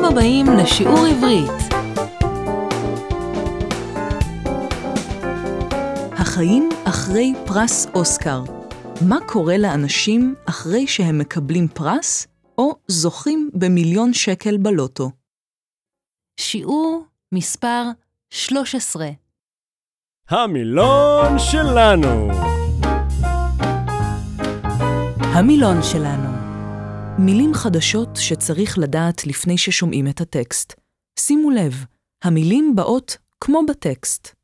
ברוכים הבאים לשיעור עברית. החיים אחרי פרס אוסקר. מה קורה לאנשים אחרי שהם מקבלים פרס או זוכים ב1,000,000 שקל בלוטו? שיעור מספר 13. המילון שלנו. המילון שלנו. מילים חדשות שצריך לדעת לפני ששומעים את הטקסט. שימו לב, המילים באות כמו בטקסט.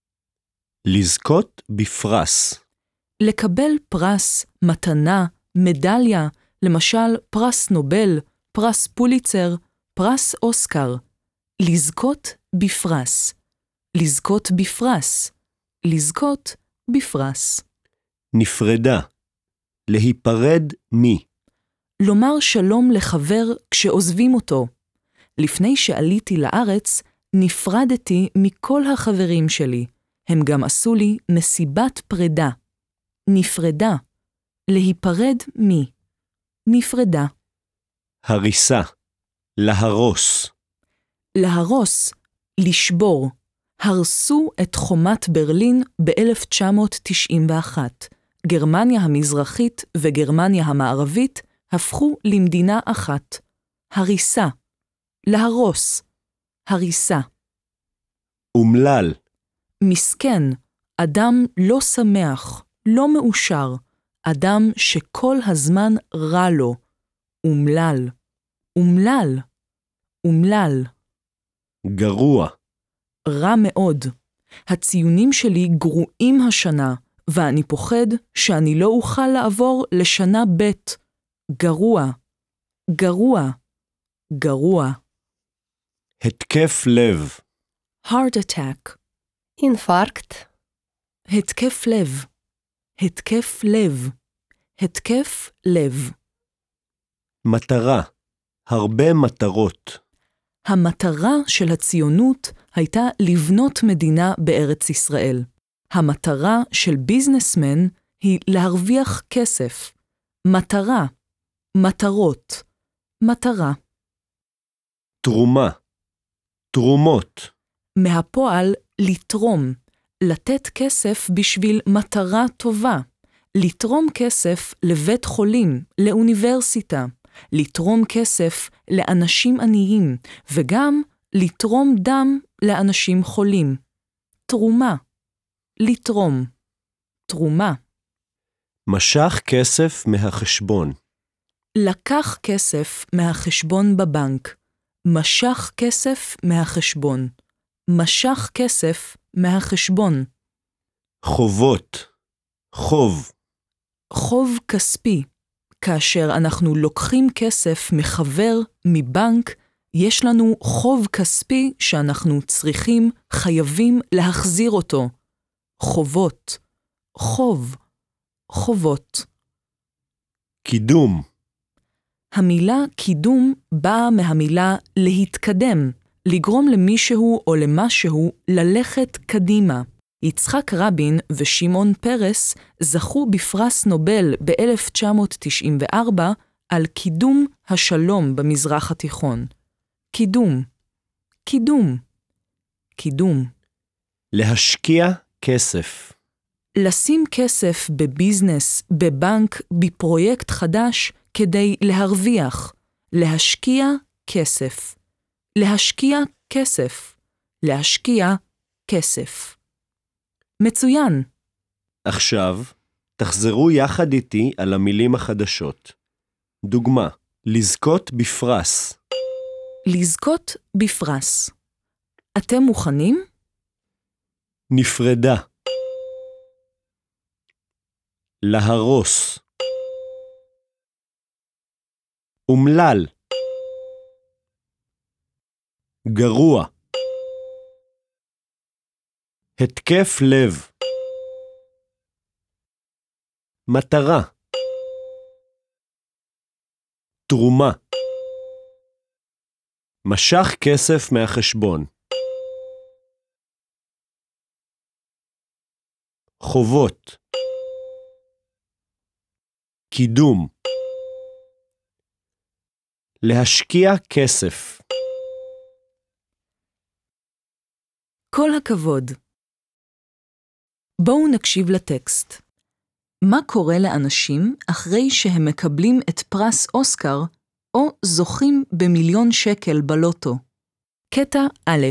לזכות בפרס. לקבל פרס, מתנה, מדליה, למשל פרס נובל, פרס פוליצר, פרס אוסקר. לזכות בפרס. לזכות בפרס. לזכות בפרס. נפרדה. להיפרד מי. לומר שלום לחבר כשעוזבים אותו. לפני שעליתי לארץ, נפרדתי מכל החברים שלי. הם גם עשו לי מסיבת פרידה. נפרדה. להיפרד מי. נפרדה. הריסה. להרוס. להרוס. לשבור. הרסו את חומת ברלין ב-1991. גרמניה המזרחית וגרמניה המערבית הפכו למדינה אחת. הריסה. להרוס. הריסה. אומלל. מסכן. אדם לא שמח, לא מאושר. אדם שכל הזמן רע לו. אומלל. אומלל. אומלל. גרוע. רע מאוד. הציונים שלי גרועים השנה, ואני פוחד שאני לא אוכל לעבור לשנה ב'. גרוע. גרוע. גרוע. התקף לב. heart attack. אינפרקט. התקף לב. התקף לב. התקף לב. מטרה. הרבה מטרות. המטרה של הציונות הייתה לבנות מדינה בארץ ישראל. המטרה של ביזנסמן היא להרוויח כסף. מטרה. מטרות. מטרה. תרומה. תרומות. מהפועל לתרום. לתת כסף בשביל מטרה טובה. לתרום כסף לבית חולים, לאוניברסיטה. לתרום כסף לאנשים עניים, וגם לתרום דם לאנשים חולים. תרומה. לתרום. תרומה. משך כסף מהחשבון. לקח כסף מהחשבון בבנק. משך כסף מהחשבון. משך כסף מהחשבון. חובות. חוב. חוב כספי. כאשר אנחנו לוקחים כסף מחבר, מבנק, יש לנו חוב כספי שאנחנו צריכים, חייבים להחזיר אותו. חובות. חוב. חובות. קידום. המילה קידום באה מהמילה להתקדם, לגרום למישהו או למשהו ללכת קדימה. יצחק רבין ושמעון פרס זכו בפרס נובל ב-1994 על קידום השלום במזרח התיכון. קידום. קידום. קידום. להשקיע כסף. לשים כסף בביזנס, בבנק, בפרויקט חדש כדי להרוויח. להשקיע כסף. להשקיע כסף. להשקיע כסף. מצוין. עכשיו, תחזרו יחד איתי על המילים החדשות. דוגמה, לזכות בפרס. לזכות בפרס. אתם מוכנים? נפרדה. להרוס. אומלל. גרוע. התקף לב. מטרה. תרומה. משך כסף מהחשבון. חובות. קידום. להשקיע כסף. כל הכבוד. בואו נקשיב לטקסט. מה קורה לאנשים אחרי שהם מקבלים את פרס אוסקר או זוכים ב1,000,000 בלוטו? קטע א'.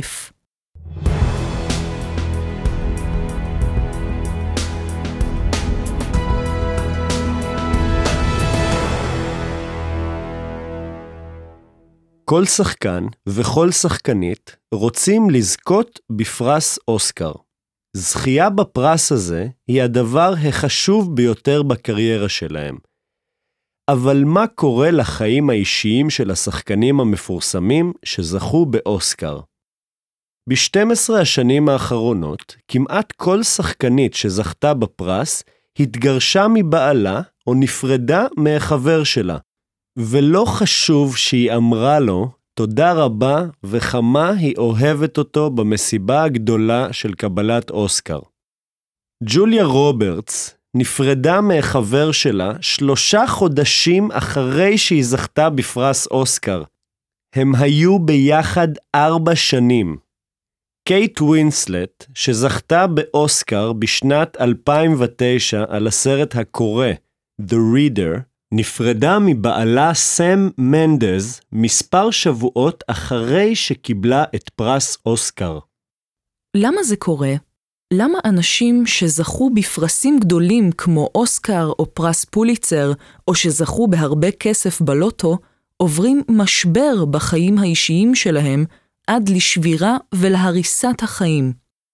כל שחקן וכל שחקנית רוצים לזכות בפרס אוסקר. זכייה בפרס הזה היא הדבר החשוב ביותר בקריירה שלהם. אבל מה קורה לחיים האישיים של השחקנים המפורסמים שזכו באוסקר? ב-12 השנים האחרונות, כמעט כל שחקנית שזכתה בפרס התגרשה מבעלה או נפרדה מהחבר שלה. ולא חשוב שהיא אמרה לו תודה רבה וכמה היא אוהבת אותו במסיבה הגדולה של קבלת אוסקר. ג'וליה רוברטס נפרדה מהחבר שלה 3 חודשים אחרי שהיא זכתה בפרס אוסקר. הם היו ביחד 4 שנים. קייט ווינסלט, שזכתה באוסקר בשנת 2009 על הסרט הקורא The Reader, נפרדה מבעלה סם מנדז מספר שבועות אחרי שקיבלה את פרס אוסקר. למה זה קורה? למה אנשים שזכו בפרסים גדולים כמו אוסקר או פרס פוליצר, או שזכו בהרבה כסף בלוטו, עוברים משבר בחיים האישיים שלהם עד לשבירה ולהריסת החיים?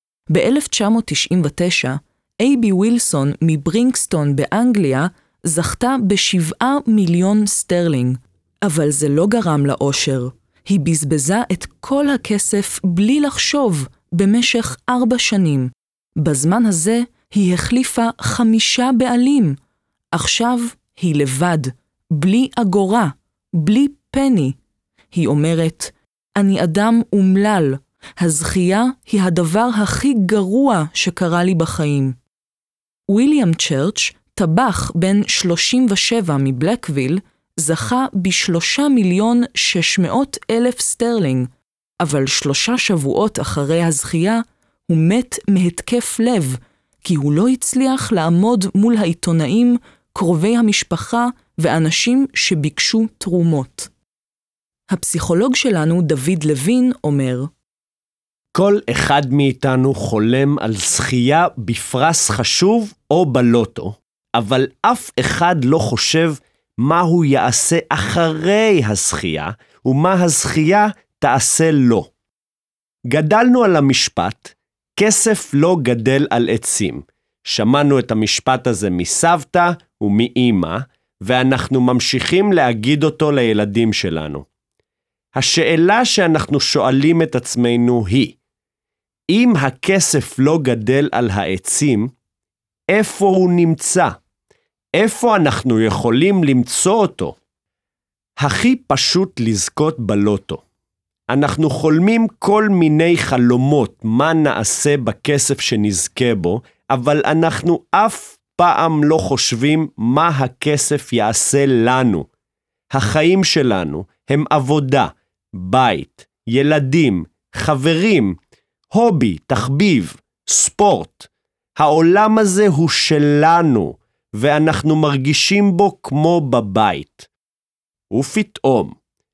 ב-1999, אייבי ווילסון מברינקסטון באנגליה זכתה ב7 מיליון סטרלינג, אבל זה לא גרם לאושר. היא בזבזה את כל הכסף בלי לחשוב במשך 4 שנים. בזמן הזה היא החליפה 5 בעלים. עכשיו היא לבד, בלי אגורה, בלי פני. היא אומרת, אני אדם אומלל. הזכייה היא הדבר הכי גרוע שקרה לי בחיים. וויליאם צ'רץ', טבח בן 37 מבלקוויל, זכה ב3,600,000 סטרלינג, אבל 3 שבועות אחרי הזכייה הוא מת מהתקף לב, כי הוא לא הצליח לעמוד מול העיתונאים, קרובי המשפחה ואנשים שביקשו תרומות. הפסיכולוג שלנו, דוד לוין, אומר, כל אחד מאיתנו חולם על זכייה בפרס חשוב או בלוטו, אבל אף אחד לא חושב מה הוא יעשה אחרי הזכייה, ומה הזכייה תעשה לו. גדלנו על המשפט, כסף לא גדל על עצים. שמענו את המשפט הזה מסבתא ומאמא, ואנחנו ממשיכים להגיד אותו לילדים שלנו. השאלה שאנחנו שואלים את עצמנו היא, אם הכסף לא גדל על העצים, איפה הוא נמצא? איפה אנחנו יכולים למצוא אותו? הכי פשוט לזכות בלוטו. אנחנו חולמים כל מיני חלומות מה נעשה בכסף שנזכה בו, אבל אנחנו אף פעם לא חושבים מה הכסף יעשה לנו. החיים שלנו הם עבודה, בית, ילדים, חברים, הובי, תחביב, ספורט. העולם הזה הוא שלנו, ואנחנו מרגישים בו כמו בבית. ופתאום,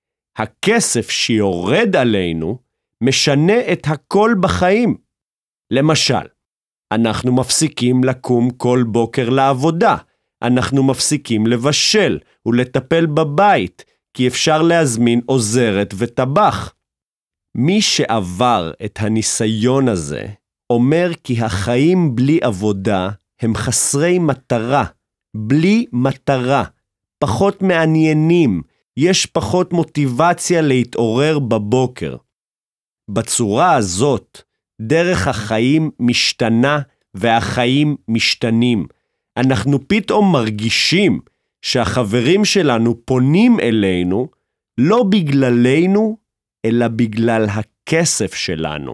הכסף שיורד עלינו משנה את הכל בחיים. למשל, אנחנו מפסיקים לקום כל בוקר לעבודה, אנחנו מפסיקים לבשל ולטפל בבית, כי אפשר להזמין עוזרת וטבח. מי שעבר את הניסיון הזה, אומר כי החיים בלי עבודה הם חסרי מטרה, בלי מטרה, פחות מעניינים, יש פחות מוטיבציה להתעורר בבוקר. בצורה הזאת, דרך החיים משתנה והחיים משתנים. אנחנו פתאום מרגישים שהחברים שלנו פונים אלינו לא בגללנו, אלא בגלל הכסף שלנו.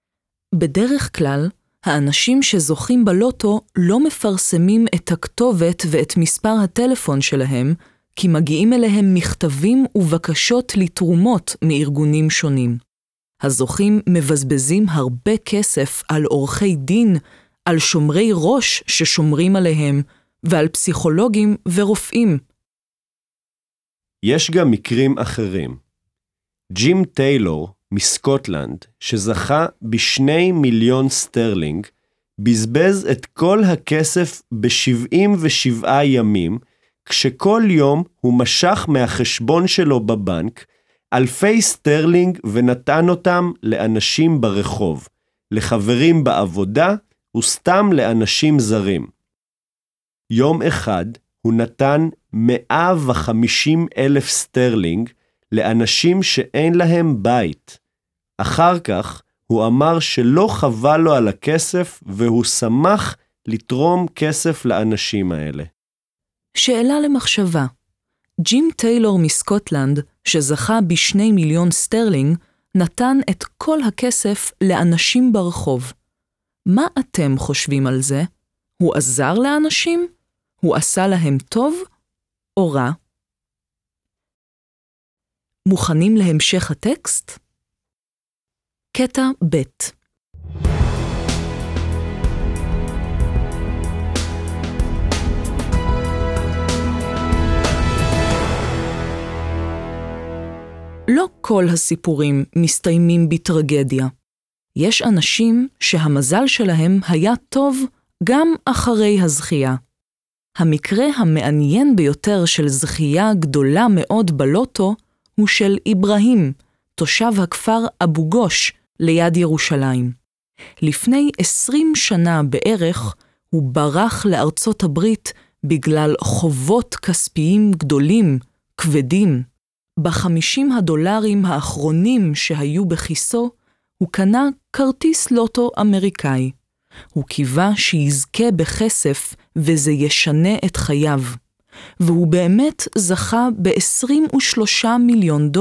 בדרך כלל, האנשים שזוכים בלוטו לא מפרסמים את הכתובת ואת מספר הטלפון שלהם, כי מגיעים אליהם מכתבים ובקשות לתרומות מארגונים שונים. הזוכים מבזבזים הרבה כסף על עורכי דין, על שומרי ראש ששומרים עליהם, ועל פסיכולוגים ורופאים. יש גם מקרים אחרים. ג'ים טיילור מסקוטלנד, שזכה ב2 מיליון סטרלינג, בזבז את כל הכסף ב77 ימים, כשכל יום הוא משך מהחשבון שלו בבנק אלפי סטרלינג ונתן אותם לאנשים ברחוב, לחברים בעבודה וסתם לאנשים זרים. יום אחד הוא נתן 150,000 סטרלינג לאנשים שאין להם בית. אחר כך הוא אמר שלא חבל לו על הכסף והוא שמח לתרום כסף לאנשים האלה. שאלה למחשבה. ג'ים טיילור מסקוטלנד, שזכה ב2 מיליון סטרלינג, נתן את כל הכסף לאנשים ברחוב. מה אתם חושבים על זה? הוא עזר לאנשים? הוא עשה להם טוב או רע? מוכנים להמשך הטקסט? קטע ב'. לא כל הסיפורים מסתיימים בטרגדיה. יש אנשים שהמזל שלהם היה טוב גם אחרי הזכייה. המקרה המעניין ביותר של זכייה גדולה מאוד בלוטו הוא של איברהים, תושב הכפר אבו גוש ליד ירושלים. לפני 20 שנה בערך הוא ברח לארצות הברית בגלל חובות כספיים גדולים, כבדים. ב$50 האחרונים שהיו בכיסו, הוא קנה כרטיס לוטו אמריקאי. הוא קיווה שיזכה בכסף וזה ישנה את חייו. והוא באמת זכה ב$23 מיליון.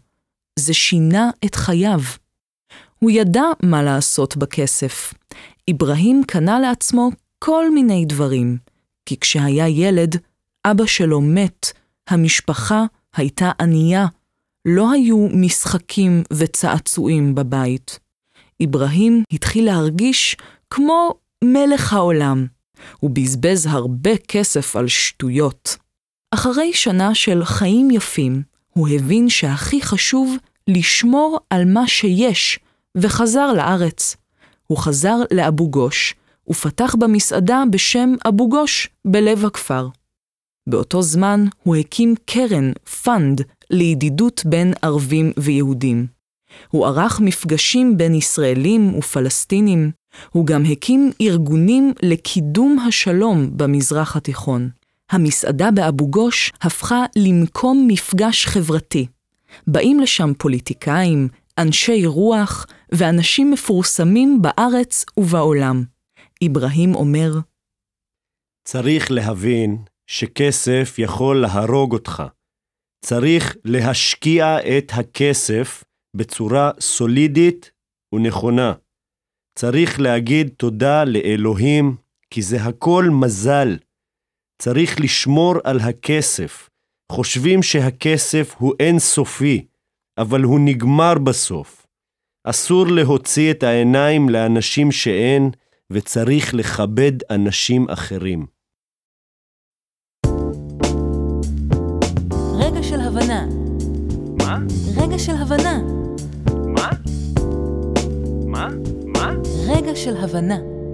זה שינה את חייו. הוא ידע מה לעשות בכסף. איברהים קנה לעצמו כל מיני דברים, כי כשהיה ילד, אבא שלו מת, המשפחה הייתה ענייה, לא היו משחקים וצעצועים בבית. איברהים התחיל להרגיש כמו מלך העולם. הוא בזבז הרבה כסף על שטויות. אחרי שנה של חיים יפים, הוא הבין שהכי חשוב לשמור על מה שיש, וחזר לארץ. הוא חזר לאבו גוש, ופתח במסעדה בשם אבו גוש בלב הכפר. באותו זמן הוא הקים קרן, פנד, לידידות בין ערבים ויהודים. הוא ערך מפגשים בין ישראלים ופלסטינים. הוא גם הקים ארגונים לקידום השלום במזרח התיכון. המסעדה באבו גוש הפכה למקום מפגש חברתי. באים לשם פוליטיקאים, אנשי רוח ואנשים מפורסמים בארץ ובעולם. איברהים אומר, צריך להבין שכסף יכול להרוג אותך. צריך להשקיע את הכסף בצורה סולידית ונכונה. צריך להגיד תודה לאלוהים, כי זה הכל מזל. צריך לשמור על הכסף. חושבים שהכסף הוא אינסופי, אבל הוא נגמר בסוף. אסור להוציא את העיניים לאנשים שאין, וצריך לכבד אנשים אחרים. רגע של הבנה. מה? רגע של הבנה. מה? מה? מה? רגע של הבנה.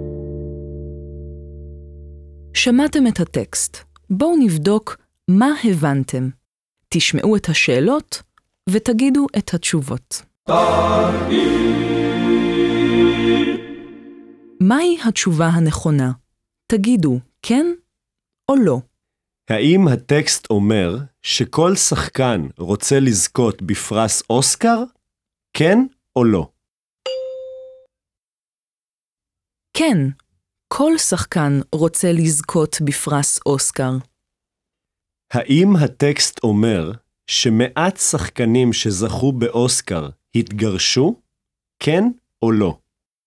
שמעתם את הטקסט. בואו נבדוק מה הבנתם. תשמעו את השאלות ותגידו את התשובות. מהי התשובה הנכונה? תגידו כן או לא. האם הטקסט אומר שכל שחקן רוצה לזכות בפרס אוסקר? כן או לא? כן, כל שחקן רוצה לזכות בפרס אוסקר. האם הטקסט אומר שמעט שחקנים שזכו באוסקר התגרשו? כן או לא?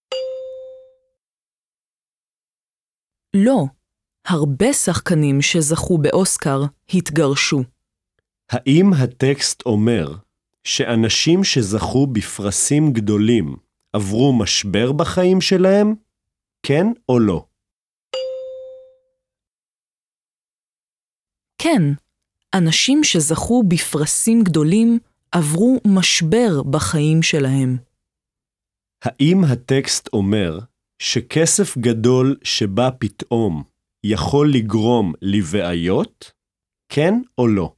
לא, הרבה שחקנים שזכו באוסקר התגרשו. האם הטקסט אומר שאנשים שזכו בפרסים גדולים עברו משבר בחיים שלהם? כן או לא? כן, אנשים שזכו בפרסים גדולים עברו משבר בחיים שלהם. האם הטקסט אומר שכסף גדול שבא פתאום יכול לגרום לבעיות? כן או לא?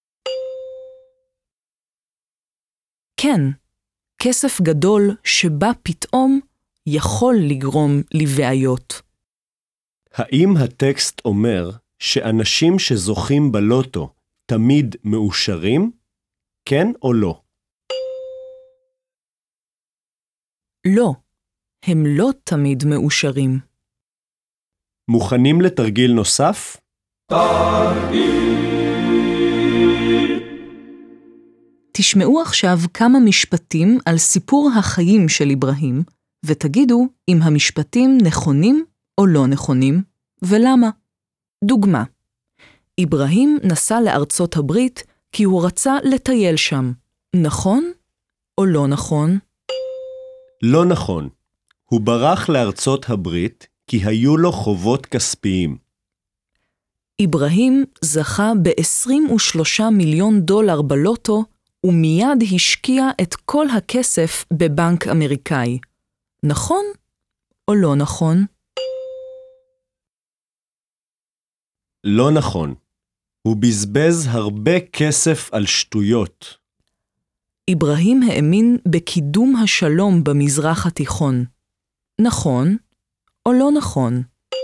כן, כסף גדול שבא פתאום יכול לגרום לבעיות. האם הטקסט אומר שאנשים שזוכים בלוטו תמיד מאושרים? כן או לא? לא, הם לא תמיד מאושרים. מוכנים לתרגיל נוסף? תשמעו עכשיו כמה משפטים על סיפור החיים של אברהים, ותגידו אם המשפטים נכונים או לא נכונים, ולמה. דוגמה, אברהים נסע לארצות הברית כי הוא רצה לטייל שם. נכון או לא נכון? לא נכון. הוא ברח לארצות הברית כי היו לו חובות כספיים. אברהים זכה ב$23 מיליון בלוטו, ומיד השקיע את כל הכסף בבנק אמריקאי. נכון או לא נכון? לא נכון. הוא בזבז הרבה כסף על שטויות. אברהים האמין בקידום השלום במזרח התיכון. נכון או לא נכון?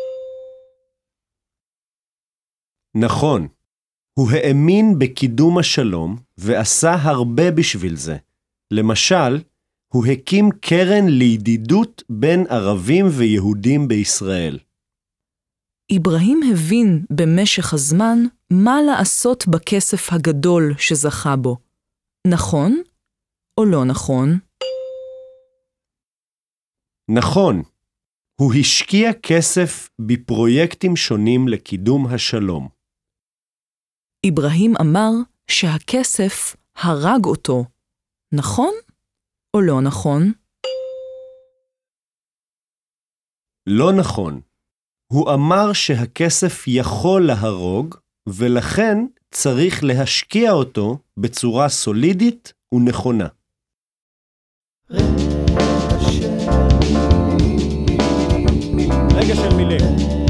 נכון. הוא האמין בקידום השלום ועשה הרבה בשביל זה. למשל, הוא הקים קרן לידידות בין ערבים ויהודים בישראל. אברהים הבין במשך הזמן מה לעשות בכסף הגדול שזכה בו. נכון או לא נכון? נכון. הוא השקיע כסף בפרויקטים שונים לקידום השלום. אברהים אמר שהכסף הרג אותו. נכון או לא נכון? לא נכון. הוא אמר שהכסף יכול להרוג, ולכן צריך להשקיע אותו בצורה סולידית ונכונה. רגע של מילים.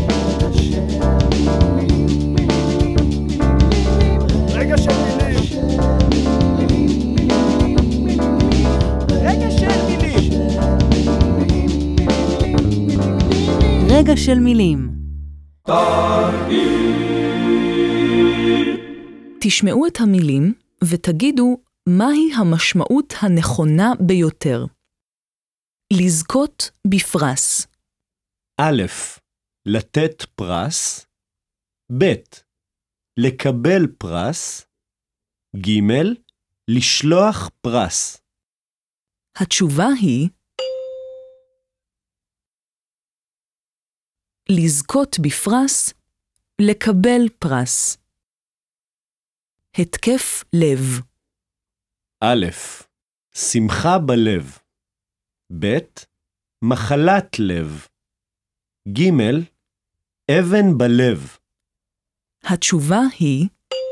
רגע של מילים. רגע של מילים. רגע של מילים. תשמעו את המילים ותגידו מהי המשמעות הנכונה ביותר. לזכות בפרס. א', לתת פרס. ב', לקבל פרס. ג', לשלוח פרס. התשובה היא לזכות בפרס, לקבל פרס. התקף לב. א', שמחה בלב. ב', מחלת לב. ג', אבן בלב. התשובה היא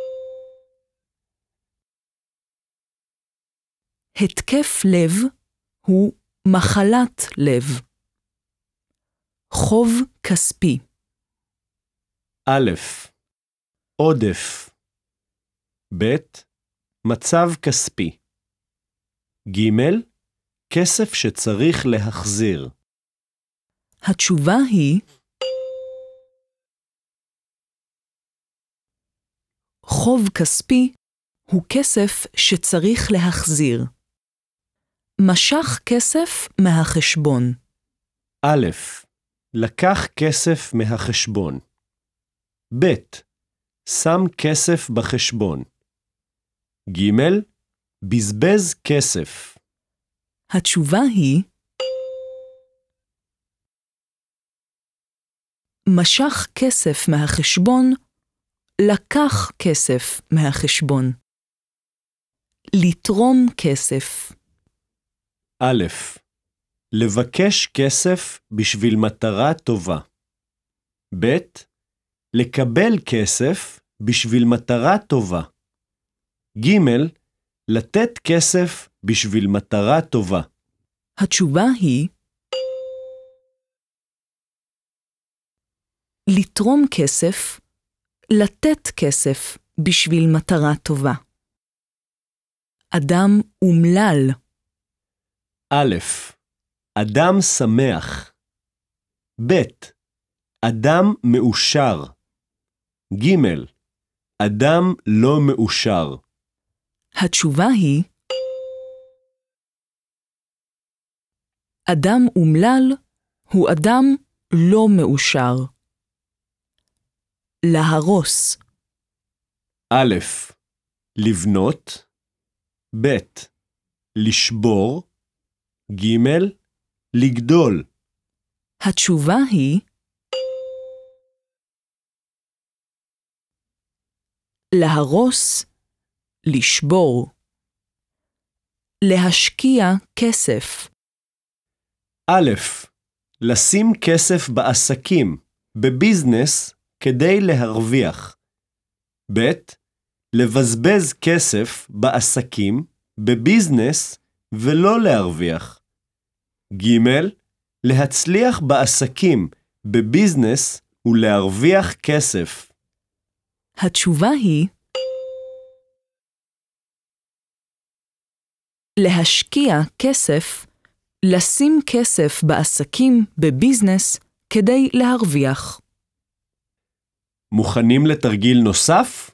התקף לב הוא מחלת לב. חוב כספי. א', עודף. ב', מצב כספי. ג', כסף שצריך להחזיר. התשובה היא חוב כספי הוא כסף שצריך להחזיר. משך כסף מהחשבון. א', לקח כסף מהחשבון. ב', שם כסף בחשבון. ג', בזבז כסף. התשובה היא משך כסף מהחשבון, לקח כסף מהחשבון. לתרום כסף. א', לבקש כסף בשביל מטרה טובה. ב', לקבל כסף בשביל מטרה טובה. ג', לתת כסף בשביל מטרה טובה. התשובה היא לתרום כסף, לתת כסף בשביל מטרה טובה. אדם אומלל. א', אדם שמח. ב', אדם מאושר. ג', אדם לא מאושר. התשובה היא אדם אומלל הוא אדם לא מאושר. להרוס. א', לבנות. ב', לשבור. ג', לגדול. התשובה היא להרוס, לשבור. להשקיע כסף. א', לשים כסף בעסקים, בביזנס, כדי להרוויח. ב', לבזבז כסף בעסקים, בביזנס, ולא להרוויח. ג', להצליח בעסקים, בביזנס, ולהרוויח כסף. התשובה היא להשקיע כסף, לשים כסף בעסקים, בביזנס, כדי להרוויח. מוכנים לתרגיל נוסף?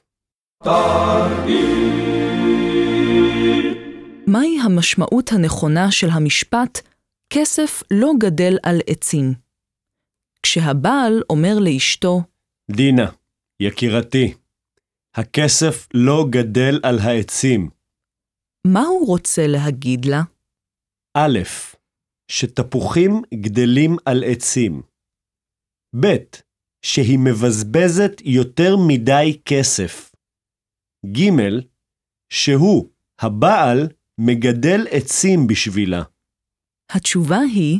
מהי המשמעות הנכונה של המשפט כסף לא גדל על עצים? כשהבעל אומר לאשתו, דינה, יקירתי, הכסף לא גדל על העצים. מה הוא רוצה להגיד לה? א', שתפוחים גדלים על עצים. ב', שהיא מבזבזת יותר מדי כסף. ג', שהוא, הבעל, מגדל עצים בשבילה. התשובה היא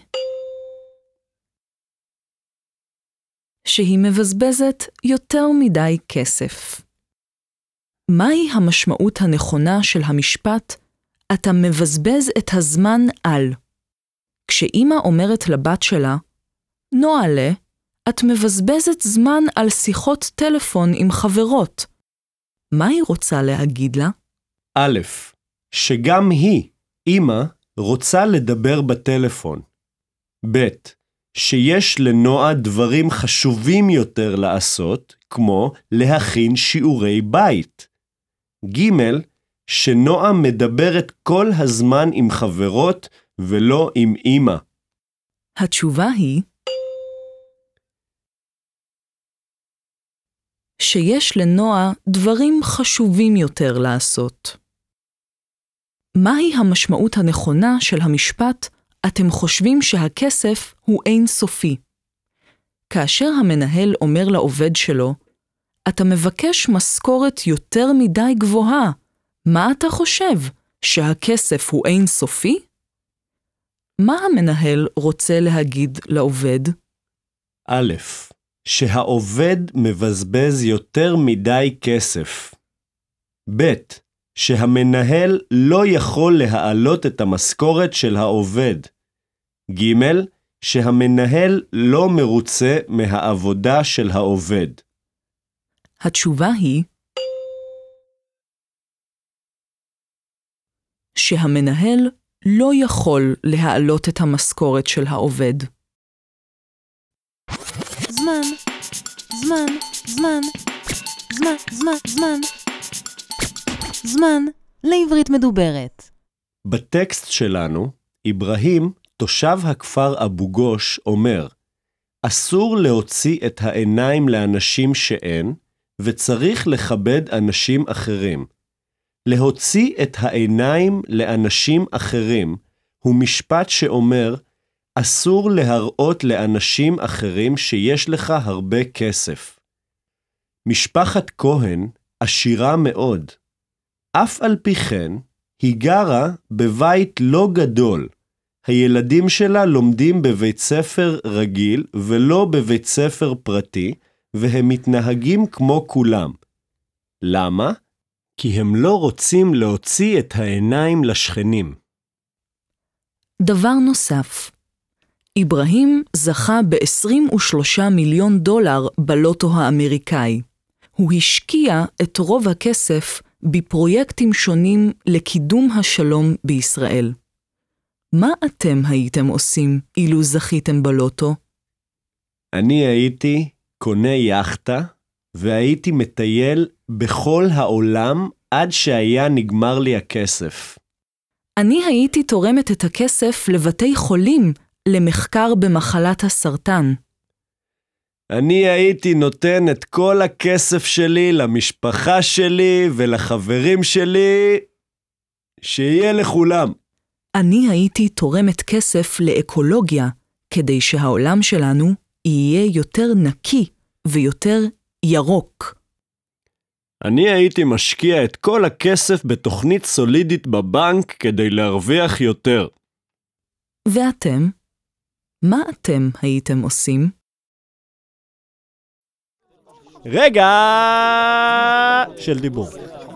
שהיא מבזבזת יותר מדי כסף. מהי המשמעות הנכונה של המשפט אתה מבזבז את הזמן על? כשאמא אומרת לבת שלה, נועלה, את מבזבזת זמן על שיחות טלפון עם חברות. מה היא רוצה להגיד לה? א', שגם היא, אמא, רוצה לדבר בטלפון. ב', שיש לנועה דברים חשובים יותר לעשות, כמו להכין שיעורי בית. ג', שנועה מדברת כל הזמן עם חברות ולא עם אמא. התשובה היא שיש לנועה דברים חשובים יותר לעשות. מהי המשמעות הנכונה של המשפט אתם חושבים שהכסף הוא אינסופי? כאשר המנהל אומר לעובד שלו, אתה מבקש משכורת יותר מדי גבוהה, מה אתה חושב? שהכסף הוא אינסופי? מה המנהל רוצה להגיד לעובד? א', שהעובד מבזבז יותר מדי כסף. ב', שהמנהל לא יכול להעלות את המשכורת של העובד. ג', שהמנהל לא מרוצה מהעבודה של העובד. התשובה היא שהמנהל לא יכול להעלות את המשכורת של העובד. זמן, זמן, זמן, זמן, זמן, זמן. זמן לעברית מדוברת. בטקסט שלנו, אברהים, תושב הכפר אבו גוש, אומר, אסור להוציא את העיניים לאנשים שאין, וצריך לכבד אנשים אחרים. להוציא את העיניים לאנשים אחרים, הוא משפט שאומר, אסור להראות לאנשים אחרים שיש לך הרבה כסף. משפחת כהן עשירה מאוד. אף על פי כן, היא גרה בבית לא גדול. הילדים שלה לומדים בבית ספר רגיל ולא בבית ספר פרטי, והם מתנהגים כמו כולם. למה? כי הם לא רוצים להוציא את העיניים לשכנים. דבר נוסף, אברהים זכה ב$23 מיליון בלוטו האמריקאי. הוא השקיע את רוב הכסף בפרויקטים שונים לקידום השלום בישראל. מה אתם הייתם עושים אילו זכיתם בלוטו? אני הייתי קונה יאכטה, והייתי מטייל בכל העולם עד שהיה נגמר לי הכסף. אני הייתי תורמת את הכסף לבתי חולים למחקר במחלת הסרטן. אני הייתי נותן את כל הכסף שלי למשפחה שלי ולחברים שלי, שיהיה לכולם. אני הייתי תורמת כסף לאקולוגיה, כדי שהעולם שלנו יהיה יותר נקי ויותר ירוק. אני הייתי משקיע את כל הכסף בתוכנית סולידית בבנק כדי להרוויח יותר. ואתם? מה אתם הייתם עושים? רגע של דיבור.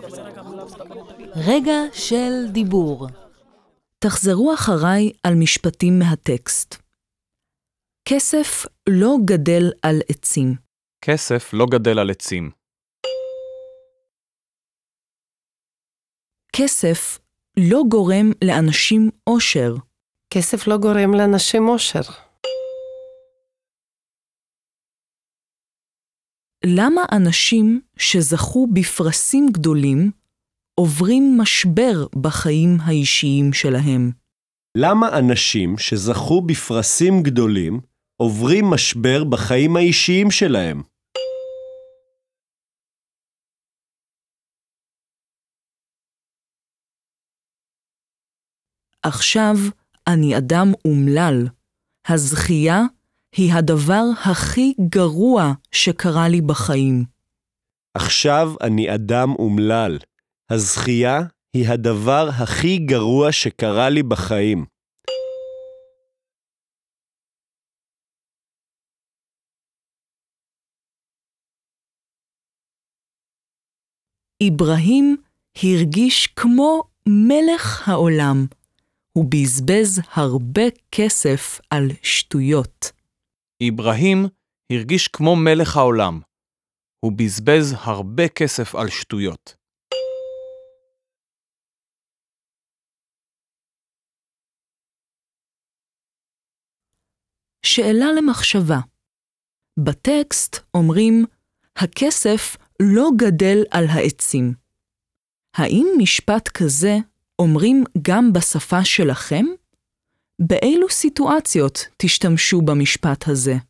רגע של דיבור. תחזרו אחריי על משפטים מהטקסט. כסף לא גדל על עצים. כסף לא גדל על עצים. כסף לא גורם לאנשים עושר. כסף לא גורם לאנשים עושר. למה אנשים שזכו בפרסים גדולים עוברים משבר בחיים האישיים שלהם? למה אנשים שזכו בפרסים גדולים עוברים משבר בחיים האישיים שלהם? עכשיו אני אדם אומלל. הזכייה היא הדבר הכי גרוע שקרה לי בחיים. עכשיו אני אדם אומלל. הזכייה היא הדבר הכי גרוע שקרה לי בחיים. אברהים הרגיש כמו מלך העולם. הוא בזבז הרבה כסף על שטויות. אברהים הרגיש כמו מלך העולם. הוא בזבז הרבה כסף על שטויות. שאלה למחשבה. בטקסט אומרים, הכסף לא גדל על העצים. האם משפט כזה אומרים גם בשפה שלכם? באילו סיטואציות תשתמשו במשפט הזה?